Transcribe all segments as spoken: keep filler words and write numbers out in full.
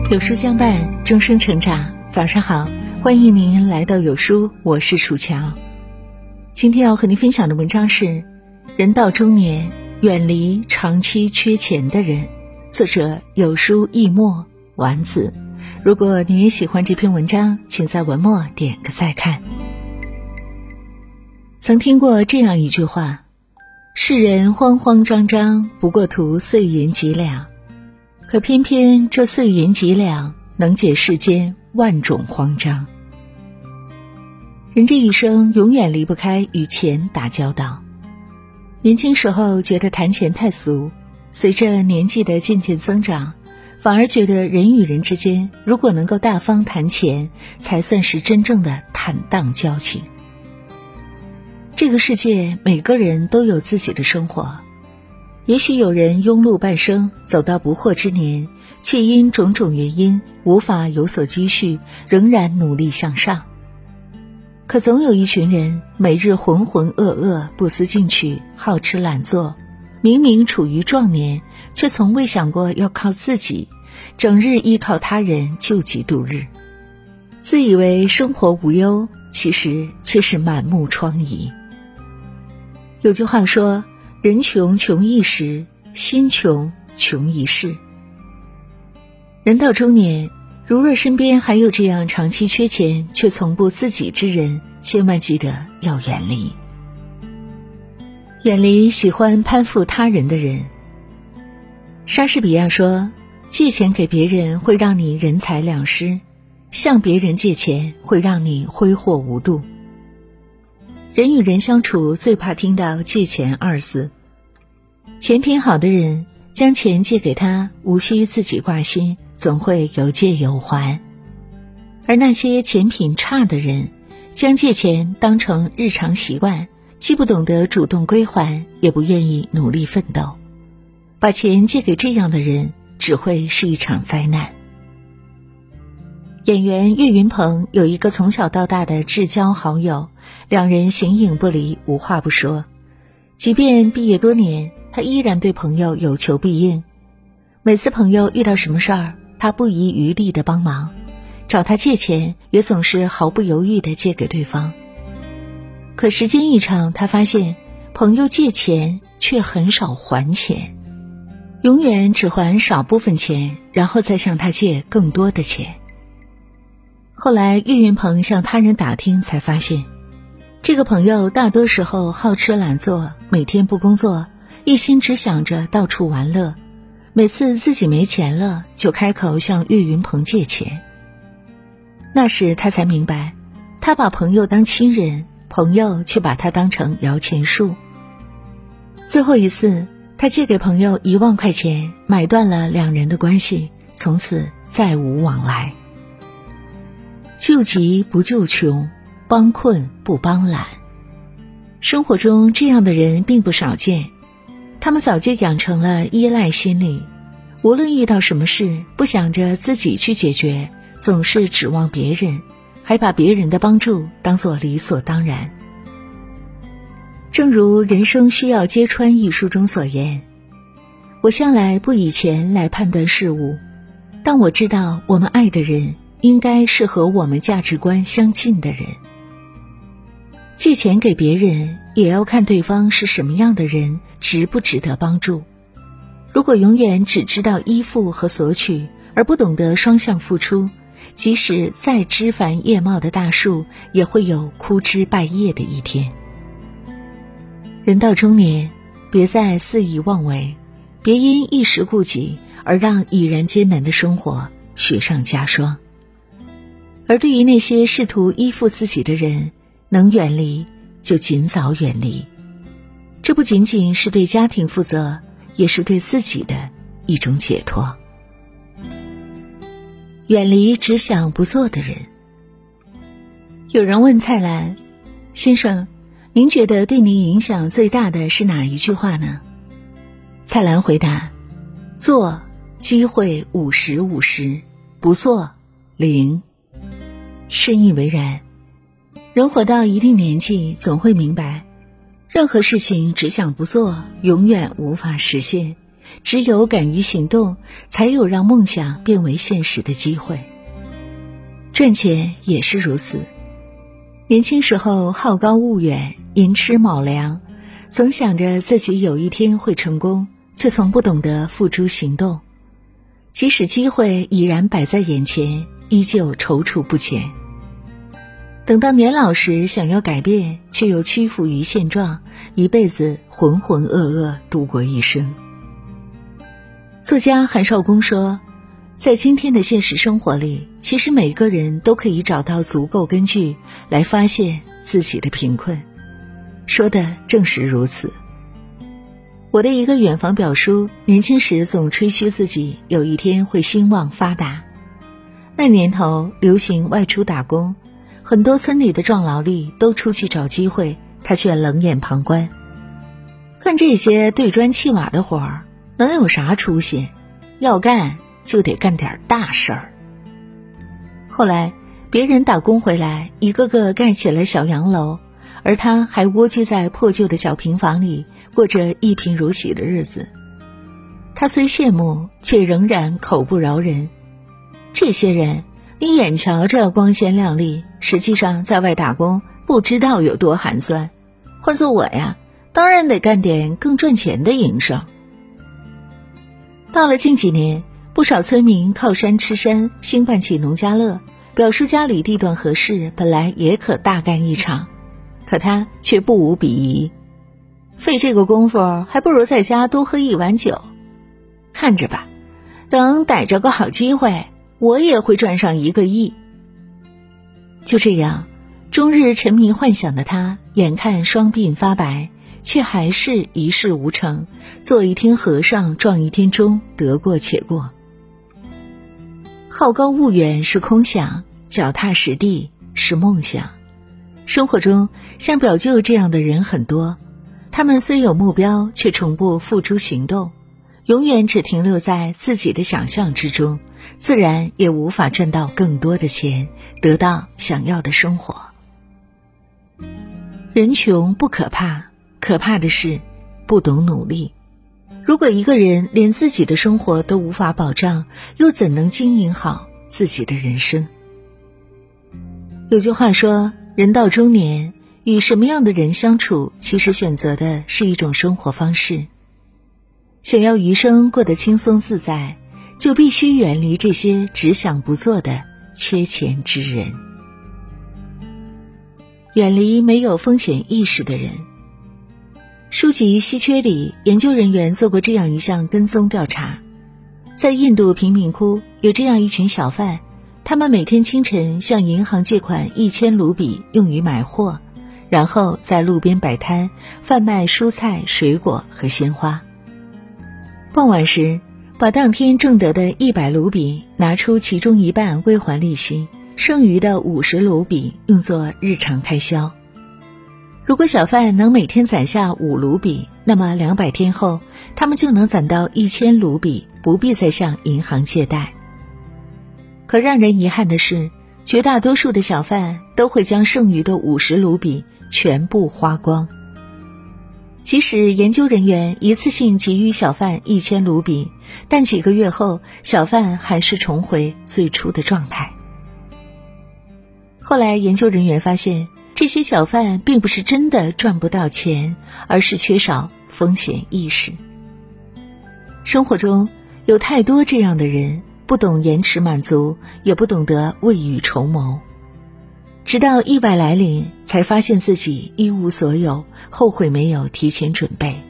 有书相伴，终生成长。早上好，欢迎您来到有书，我是楚乔。今天要和您分享的文章是人到中年，远离长期缺钱的人，作者有书易墨丸子。如果你也喜欢这篇文章，请在文末点个再看。曾听过这样一句话，世人慌慌张张，不过图碎银几两，可偏偏这碎银几两能解世间万种慌张。人这一生永远离不开与钱打交道。年轻时候觉得谈钱太俗，随着年纪的渐渐增长，反而觉得人与人之间如果能够大方谈钱，才算是真正的坦荡交情。这个世界每个人都有自己的生活，也许有人庸碌半生，走到不惑之年，却因种种原因无法有所积蓄，仍然努力向上。可总有一群人每日浑浑噩噩，不思进取，好吃懒做，明明处于壮年，却从未想过要靠自己，整日依靠他人救济度日，自以为生活无忧，其实却是满目疮痍。有句话说，人穷穷一时，心穷穷一世。人到中年，如若身边还有这样长期缺钱却从不自己之人，千万记得要远离。远离喜欢攀附他人的人。莎士比亚说，借钱给别人会让你人财两失，向别人借钱会让你挥霍无度。人与人相处最怕听到借钱二字。钱品好的人将钱借给他，无需自己挂心，总会有借有还。而那些钱品差的人，将借钱当成日常习惯，既不懂得主动归还，也不愿意努力奋斗。把钱借给这样的人，只会是一场灾难。演员岳云鹏有一个从小到大的至交好友，两人形影不离，无话不说。即便毕业多年，他依然对朋友有求必应。每次朋友遇到什么事儿，他不遗余力地帮忙，找他借钱也总是毫不犹豫地借给对方。可时间一长，他发现朋友借钱却很少还钱，永远只还少部分钱，然后再向他借更多的钱。后来岳云鹏向他人打听，才发现这个朋友大多时候好吃懒做，每天不工作，一心只想着到处玩乐，每次自己没钱了，就开口向岳云鹏借钱。那时他才明白，他把朋友当亲人，朋友却把他当成摇钱树。最后一次，他借给朋友一万块钱，买断了两人的关系，从此再无往来。救急不救穷，帮困不帮懒。生活中这样的人并不少见，他们早就养成了依赖心理，无论遇到什么事，不想着自己去解决，总是指望别人，还把别人的帮助当作理所当然。正如《人生需要揭穿》一书中所言，我向来不以钱来判断事物，但我知道我们爱的人应该是和我们价值观相近的人。借钱给别人，也要看对方是什么样的人，值不值得帮助。如果永远只知道依附和索取，而不懂得双向付出，即使再枝繁叶茂的大树，也会有枯枝败叶的一天。人到中年，别再肆意妄为，别因一时顾己而让已然艰难的生活雪上加霜。而对于那些试图依附自己的人，能远离就尽早远离。这不仅仅是对家庭负责，也是对自己的一种解脱。远离只想不做的人。有人问蔡澜先生，您觉得对您影响最大的是哪一句话呢？蔡澜回答，做机会五十五十，不做零。深以为然。人活到一定年纪，总会明白，任何事情只想不做，永远无法实现， 只有敢于行动，才有让梦想变为现实的机会。赚钱也是如此。年轻时候好高骛远，寅吃卯粮，总想着自己有一天会成功，却从不懂得付诸行动。即使机会已然摆在眼前，依旧踌躇不前。等到年老时想要改变，却又屈服于现状，一辈子浑浑噩噩度过一生。作家韩少功说，在今天的现实生活里，其实每个人都可以找到足够根据来发现自己的贫困。说的正是如此。我的一个远房表叔，年轻时总吹嘘自己有一天会兴旺发达。那年头流行外出打工，很多村里的壮劳力都出去找机会，他却冷眼旁观。看这些对砖砌瓦的活儿，能有啥出息？要干就得干点大事儿。后来别人打工回来，一个个盖起了小洋楼，而他还蜗居在破旧的小平房里，过着一贫如洗的日子。他虽羡慕，却仍然口不饶人。这些人你眼瞧着光鲜亮丽，实际上在外打工不知道有多寒酸。换做我呀，当然得干点更赚钱的营生。到了近几年，不少村民靠山吃山，兴办起农家乐。表叔家里地段合适，本来也可大干一场，可他却不无鄙夷。费这个功夫，还不如在家多喝一碗酒。看着吧，等逮着个好机会，我也会赚上一个亿。就这样，终日沉迷幻想的他，眼看双鬓发白，却还是一事无成，做一天和尚撞一天钟，得过且过。好高骛远是空想，脚踏实地是梦想。生活中像表舅这样的人很多，他们虽有目标，却从不付诸行动，永远只停留在自己的想象之中，自然也无法赚到更多的钱，得到想要的生活。人穷不可怕，可怕的是不懂努力。如果一个人连自己的生活都无法保障，又怎能经营好自己的人生？有句话说，人到中年，与什么样的人相处，其实选择的是一种生活方式。想要余生过得轻松自在，就必须远离这些只想不做的缺钱之人。远离没有风险意识的人。书籍稀缺里，研究人员做过这样一项跟踪调查。在印度贫民窟，有这样一群小贩，他们每天清晨向银行借款一千卢比用于买货，然后在路边摆摊，贩卖蔬菜、水果和鲜花。傍晚时，把当天挣得的一百卢比拿出其中一半归还利息，剩余的五十卢比用作日常开销。如果小贩能每天攒下五卢比，那么两百天后，他们就能攒到一千卢比，不必再向银行借贷。可让人遗憾的是，绝大多数的小贩都会将剩余的五十卢比全部花光。即使研究人员一次性给予小贩一千卢比，但几个月后，小贩还是重回最初的状态。后来研究人员发现，这些小贩并不是真的赚不到钱，而是缺少风险意识。生活中有太多这样的人，不懂延迟满足，也不懂得未雨绸缪，直到意外来临，才发现自己一无所有，后悔没有提前准备。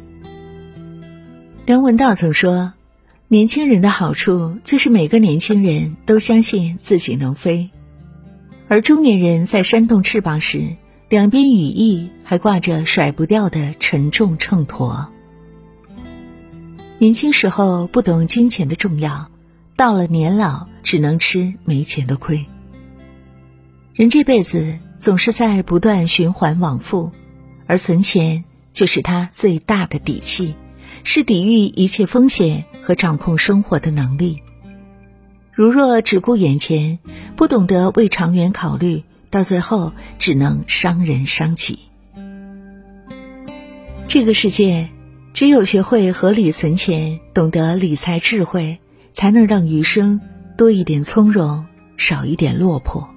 梁文道曾说，年轻人的好处就是每个年轻人都相信自己能飞，而中年人在扇动翅膀时，两边羽翼还挂着甩不掉的沉重秤砣。年轻时候不懂金钱的重要，到了年老只能吃没钱的亏。人这辈子总是在不断循环往复，而存钱就是他最大的底气，是抵御一切风险和掌控生活的能力。如若只顾眼前，不懂得为长远考虑，到最后只能伤人伤己。这个世界只有学会合理存钱，懂得理财智慧，才能让余生多一点从容，少一点落魄。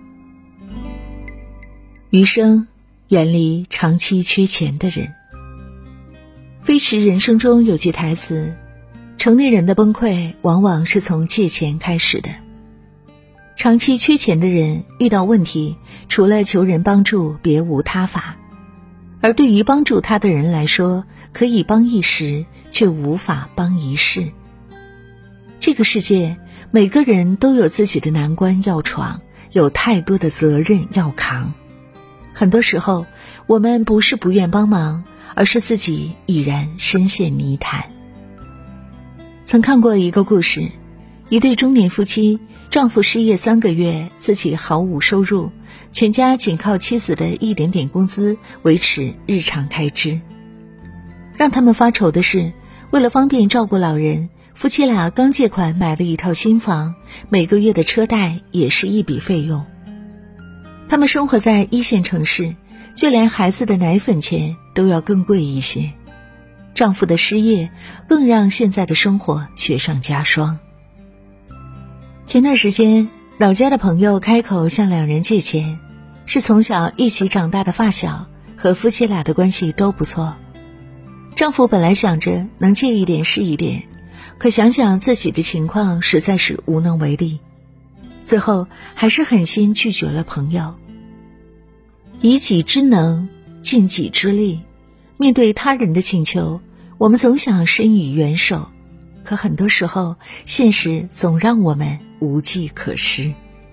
余生远离长期缺钱的人。飞驰人生中有句台词，成年人的崩溃往往是从借钱开始的。长期缺钱的人遇到问题，除了求人帮助，别无他法。而对于帮助他的人来说，可以帮一时，却无法帮一世。这个世界，每个人都有自己的难关要闯，有太多的责任要扛。很多时候，我们不是不愿帮忙，而是自己已然深陷泥潭。曾看过一个故事，一对中年夫妻，丈夫失业三个月，自己毫无收入，全家仅靠妻子的一点点工资维持日常开支。让他们发愁的是，为了方便照顾老人，夫妻俩刚借款买了一套新房，每个月的车贷也是一笔费用。他们生活在一线城市，就连孩子的奶粉钱都要更贵一些。丈夫的失业更让现在的生活雪上加霜。前段时间，老家的朋友开口向两人借钱，是从小一起长大的发小，和夫妻俩的关系都不错。丈夫本来想着能借一点是一点，可想想自己的情况，实在是无能为力，最后还是狠心拒绝了朋友。以己之能尽己之力，面对他人的请求，我们总想伸以援手，可很多时候现实总让我们无计可施。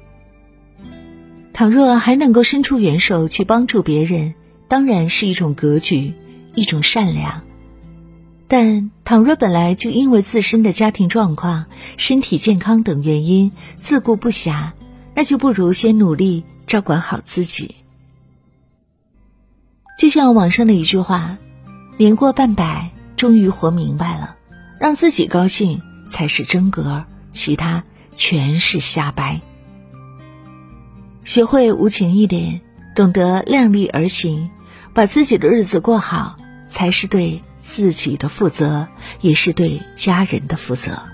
倘若还能够伸出援手去帮助别人，当然是一种格局，一种善良。但倘若本来就因为自身的家庭状况、身体健康等原因自顾不暇，那就不如先努力照管好自己。就像网上的一句话，年过半百，终于活明白了，让自己高兴才是真格，其他全是瞎掰。学会无情一点，懂得量力而行，把自己的日子过好，才是对自己的负责，也是对家人的负责。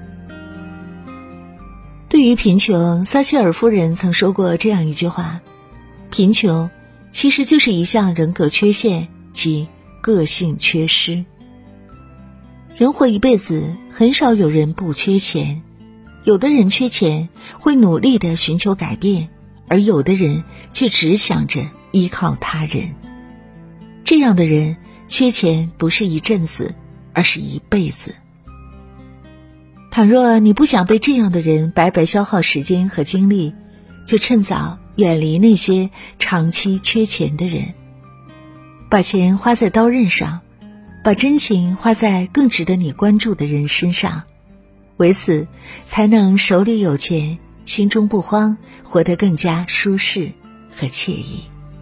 对于贫穷，撒切尔夫人曾说过这样一句话，贫穷其实就是一项人格缺陷，即个性缺失。人活一辈子，很少有人不缺钱，有的人缺钱会努力地寻求改变，而有的人却只想着依靠他人。这样的人缺钱不是一阵子，而是一辈子。倘若你不想被这样的人白白消耗时间和精力，就趁早远离那些长期缺钱的人，把钱花在刀刃上，把真情花在更值得你关注的人身上，为此才能手里有钱，心中不慌，活得更加舒适和惬意。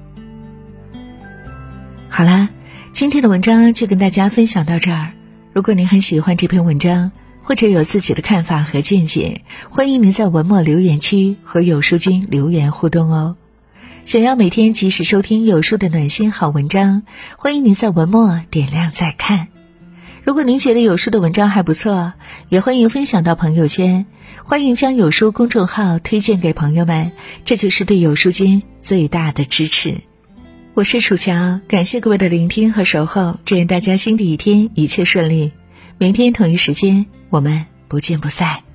好啦，今天的文章就跟大家分享到这儿。如果您很喜欢这篇文章，或者有自己的看法和见解，欢迎您在文末留言区和有书君留言互动哦。想要每天及时收听有书的暖心好文章，欢迎您在文末点亮再看。如果您觉得有书的文章还不错，也欢迎分享到朋友圈，欢迎将有书公众号推荐给朋友们，这就是对有书君最大的支持。我是楚乔，感谢各位的聆听和守候，祝愿大家新的一天一切顺利。明天同一时间，我们不见不散。